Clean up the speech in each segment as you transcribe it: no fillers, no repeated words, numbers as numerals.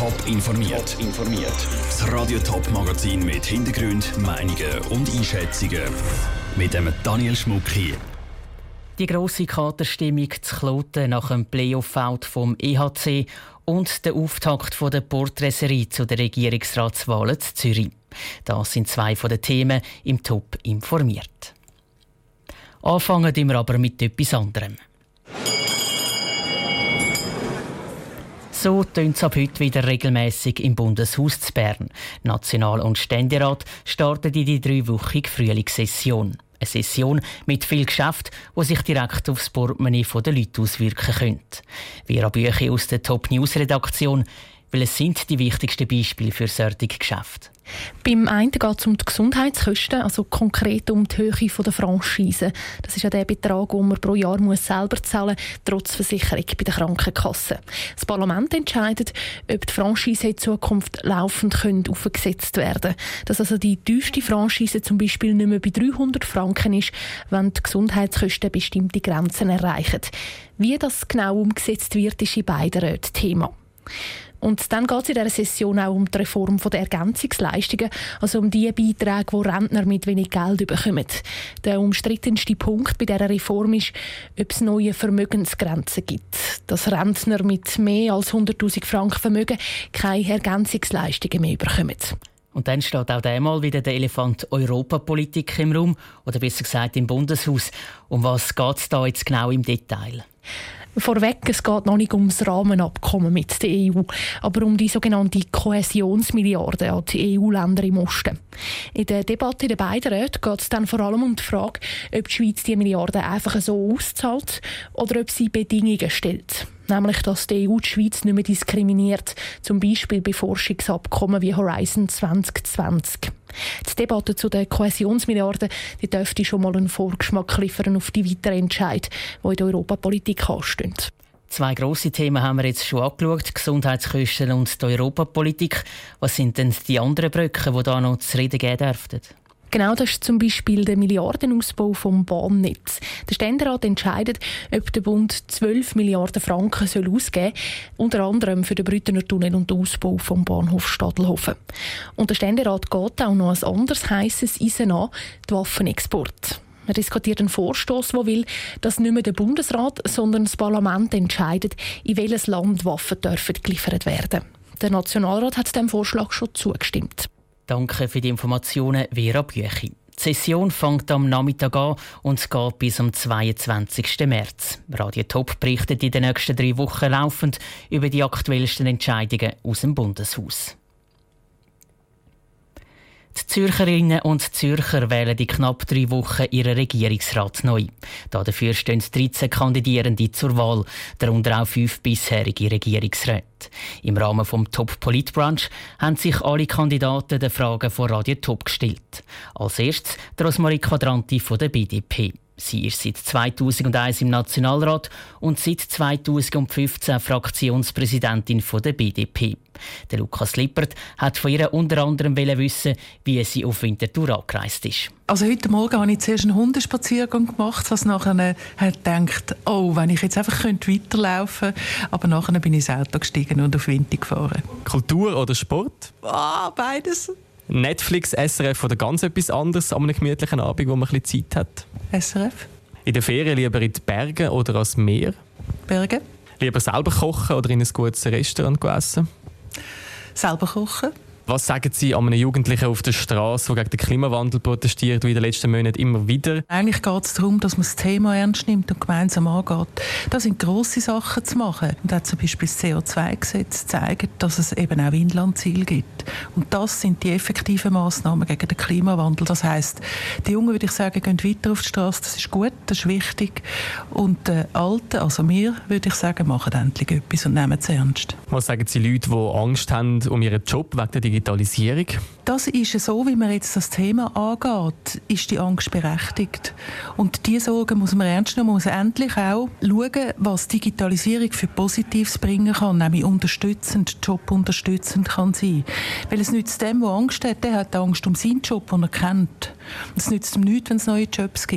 Top informiert. Das Radio Top Magazin mit Hintergrund, Meinungen und Einschätzungen mit dem Daniel Schmuck hier. Die grosse Katerstimmung zu Kloten nach dem Playoff-Out vom EHC und der Auftakt der Porträtserie zu den Regierungsratswahlen zu Zürich. Das sind zwei von den Themen im Top informiert. Anfangen wir aber mit etwas anderem. So tönt es ab heute wieder regelmässig im Bundeshaus zu Bern. National- und Ständerat starten in die 3-wöchige Frühlingssession. Eine Session mit viel Geschäft, die sich direkt aufs Portemonnaie der Leute auswirken könnte. Vera Büchi aus der Top-News-Redaktion. Welches sind die wichtigsten Beispiele für solche Geschäfte? Beim einen geht es um die Gesundheitskosten, also konkret um die Höhe der Franchise. Das ist ja der Betrag, den man pro Jahr selber zahlen muss, trotz Versicherung bei der Krankenkasse. Das Parlament entscheidet, ob die Franchise in Zukunft laufend aufgesetzt werden können. Dass also die tiefste Franchise zum Beispiel nicht mehr bei 300 Franken ist, wenn die Gesundheitskosten bestimmte Grenzen erreichen. Wie das genau umgesetzt wird, ist in beiden Räten Thema. Und dann geht es in dieser Session auch um die Reform der Ergänzungsleistungen, also um die Beiträge, die Rentner mit wenig Geld bekommen. Der umstrittenste Punkt bei dieser Reform ist, ob es neue Vermögensgrenzen gibt. Dass Rentner mit mehr als 100'000 Franken Vermögen keine Ergänzungsleistungen mehr bekommen. Und dann steht auch einmal wieder der Elefant Europapolitik im Raum, oder besser gesagt im Bundeshaus. Um was geht es da jetzt genau im Detail? Vorweg, es geht noch nicht um das Rahmenabkommen mit der EU, aber um die sogenannte Kohäsionsmilliarde an die EU-Länder im Osten. In der Debatte in den beiden Räten geht es dann vor allem um die Frage, ob die Schweiz die Milliarden einfach so auszahlt oder ob sie Bedingungen stellt. Nämlich, dass die EU die Schweiz nicht mehr diskriminiert, zum Beispiel bei Forschungsabkommen wie Horizon 2020. Die Debatte zu den Kohäsionsmilliarden die dürfte schon mal einen Vorgeschmack liefern auf die weiteren Entscheidungen, die in der Europapolitik anstehen. Zwei grosse Themen haben wir jetzt schon angeschaut, die Gesundheitskosten und die Europapolitik. Was sind denn die anderen Brücken, die da noch zu reden geben dürften? Genau, das ist zum Beispiel der Milliardenausbau vom Bahnnetz. Der Ständerat entscheidet, ob der Bund 12 Milliarden Franken ausgeben soll, unter anderem für den Brüttener Tunnel und den Ausbau vom Bahnhof Stadelhofen. Und der Ständerat geht auch noch ein anderes heisses Eisen an, die Waffenexport. Er diskutiert einen Vorstoss, der will, dass nicht mehr der Bundesrat, sondern das Parlament entscheidet, in welches Land Waffen geliefert werden. Der Nationalrat hat dem Vorschlag schon zugestimmt. Danke für die Informationen, Vera Büchi. Die Session fängt am Nachmittag an und geht bis am 22. März. Radio Top berichtet in den nächsten 3 Wochen laufend über die aktuellsten Entscheidungen aus dem Bundeshaus. Die Zürcherinnen und Zürcher wählen in knapp 3 Wochen ihren Regierungsrat neu. Dafür stehen 13 Kandidierende zur Wahl, darunter auch 5 bisherige Regierungsräte. Im Rahmen des Top-Polit-Brunch haben sich alle Kandidaten den Fragen von Radio Top gestellt. Als erstes Rosmarie Quadranti von der BDP. Sie ist seit 2001 im Nationalrat und seit 2015 Fraktionspräsidentin der BDP. Der Lukas Lippert hat von ihr unter anderem wissen, wie sie auf Winterthur angereist ist. Also heute Morgen habe ich zuerst einen Hundespaziergang gemacht, was nachher gedacht, oh, wenn ich jetzt einfach weiterlaufen könnte. Aber nachher bin ich ins Auto gestiegen und auf Winter gefahren. Kultur oder Sport? Beides. Netflix, SRF oder ganz etwas anderes an einem gemütlichen Abend, wo man ein bisschen Zeit hat? SRF. In der Ferien lieber in die Berge oder ans Meer? Berge. Lieber selber kochen oder in ein gutes Restaurant essen? Selber kochen. Was sagen Sie an einem Jugendlichen auf der Straße, der gegen den Klimawandel protestiert, wie in den letzten Monaten immer wieder? Eigentlich geht es darum, dass man das Thema ernst nimmt und gemeinsam angeht. Das sind grosse Sachen zu machen. Und auch zum Beispiel das CO2-Gesetz zeigt, dass es eben auch Inlandsziele gibt. Und das sind die effektiven Massnahmen gegen den Klimawandel. Das heisst, die Jungen, würde ich sagen, gehen weiter auf die Straße. Das ist gut, das ist wichtig. Und die Alten, also wir, würde ich sagen, machen endlich etwas und nehmen es ernst. Was sagen Sie Leuten, die Angst haben um ihren Job wegen der Digitalisierung? Das ist so, wie man jetzt das Thema angeht, ist die Angst berechtigt. Und diese Sorgen muss man ernst nehmen. Man muss endlich auch schauen, was Digitalisierung für Positives bringen kann, nämlich unterstützend, jobunterstützend kann sein. Weil es nützt dem, der Angst hat, der hat Angst um seinen Job, den er kennt. Es nützt ihm nichts, wenn es neue Jobs gibt.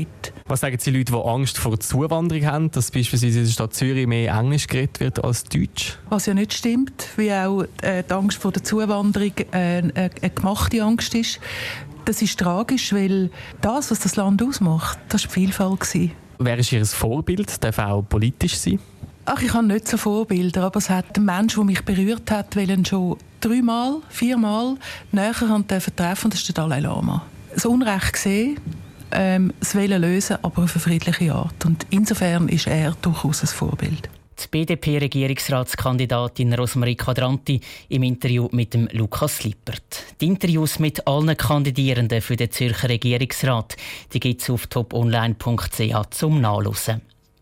Was sagen Sie Leute, die Angst vor Zuwanderung haben, dass beispielsweise in der Stadt Zürich mehr Englisch geredet wird als Deutsch? Was ja nicht stimmt, wie auch die Angst vor der Zuwanderung eine gemachte Angst ist. Das ist tragisch, weil das, was das Land ausmacht, das war die Vielfalt. Wer ist Ihr Vorbild? Darf auch politisch sein? Ich habe nicht so Vorbilder, aber es hat ein Mensch, der mich berührt hat, weil ihn schon 3-mal, 4-mal näher treffen, das ist der Dalai Lama. Das Unrecht gesehen, das Wollen lösen, aber auf eine friedliche Art. Und insofern ist er durchaus ein Vorbild. Die BDP-Regierungsratskandidatin Rosemarie Quadranti im Interview mit dem Lukas Lippert. Die Interviews mit allen Kandidierenden für den Zürcher Regierungsrat gibt es auf toponline.ch zum Nachlesen.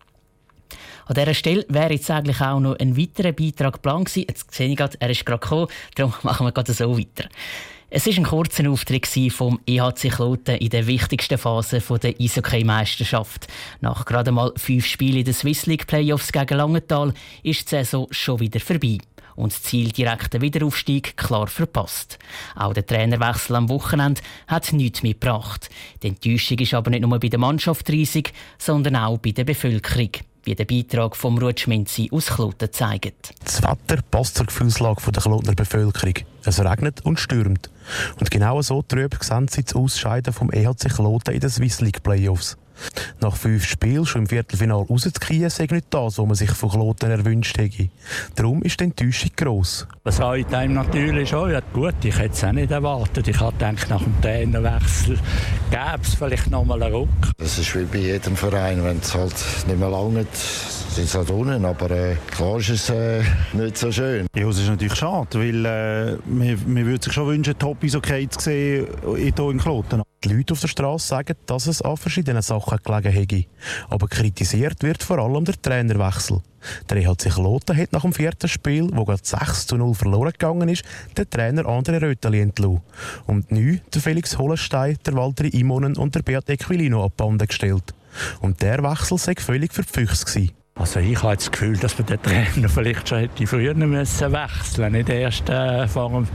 An dieser Stelle wäre jetzt eigentlich auch noch ein weiterer Beitrag geplant gewesen. Jetzt sehe ich gerade, er ist gerade gekommen, darum machen wir gerade so weiter. Es war ein kurzer Auftritt vom EHC Kloten in der wichtigsten Phase der Eishockey-Meisterschaft. Nach gerade mal 5 Spielen in den Swiss League Playoffs gegen Langenthal ist die Saison schon wieder vorbei. Und das Ziel direkter Wiederaufstieg klar verpasst. Auch der Trainerwechsel am Wochenende hat nichts mitgebracht. Die Enttäuschung ist aber nicht nur bei der Mannschaft riesig, sondern auch bei der Bevölkerung, wie der Beitrag von Ruud Schminzi aus Kloten zeigt. Das Wetter passt zur Gefühlslage der Klotener Bevölkerung. Es regnet und stürmt. Und genau so trüb sehen sie das Ausscheiden vom EHC Kloten in den Swiss League Playoffs. Nach 5 Spielen schon im Viertelfinale rauszugehen, sei nicht das, was man sich von Kloten erwünscht hätte. Darum ist die Enttäuschung gross. Das freut einem natürlich schon. Ja, gut, ich hätte es auch nicht erwartet. Ich hatte gedacht, nach dem Trainerwechsel gäbe es vielleicht noch mal einen Ruck. Das ist wie bei jedem Verein. Wenn es halt nicht mehr lange sind sie halt unten. Aber klar ist es nicht so schön. Ja, es ist natürlich schade, weil man würde sich schon wünschen, Top-Eishockey zu sehen hier in Kloten. Die Leute auf der Straße sagen, dass es an verschiedenen Sachen gelegen hätte. Aber kritisiert wird vor allem der Trainerwechsel. Der EHC Kloten hat nach dem 4. Spiel, wo gerade 6-0 verloren gegangen ist, den Trainer André Röteli entlassen. Und neu der Felix Hollenstein, der Walter Imonen und der Beat Equilino ab Bande gestellt. Und der Wechsel sei völlig für die Füchse gewesen. Also ich habe das Gefühl, dass man den Trainer vielleicht schon hätte früher wechseln müssen, nicht erst vor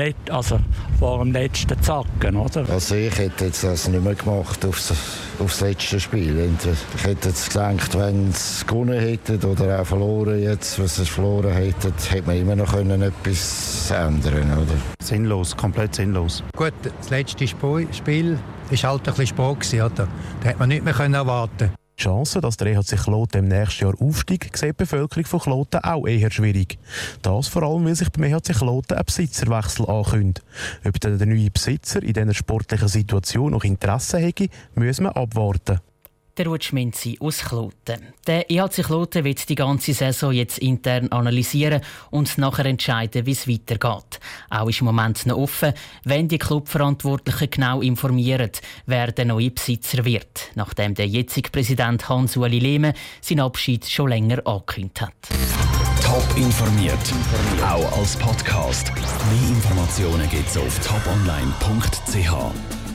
dem letzten Zacken, oder? Also ich hätte jetzt das nicht mehr gemacht aufs letzte Spiel. Ich hätte jetzt gedacht, wenn es gewonnen hätte oder auch verloren jetzt, was es verloren hätte, hätte man immer noch etwas ändern, oder? Sinnlos, komplett sinnlos. Gut, das letzte Spiel war halt ein bisschen Sport, oder? Da hätte man nicht mehr erwarten. Die Chance, dass der EHC Kloten im nächsten Jahr aufsteigt, sieht die Bevölkerung von Kloten auch eher schwierig. Das vor allem, weil sich beim EHC Kloten ein Besitzerwechsel ankündigt. Ob der neue Besitzer in dieser sportlichen Situation noch Interesse hätte, müssen wir abwarten. Der Ruud Schminzi aus Kloten. Der EHC Kloten wird die ganze Saison jetzt intern analysieren und nachher entscheiden, wie es weitergeht. Auch ist im Moment noch offen, wenn die Clubverantwortlichen genau informieren, wer der neue Besitzer wird, nachdem der jetzige Präsident Hans-Ueli Lehme seinen Abschied schon länger angekündigt hat. Top informiert, auch als Podcast. Mehr Informationen gibt's auf toponline.ch.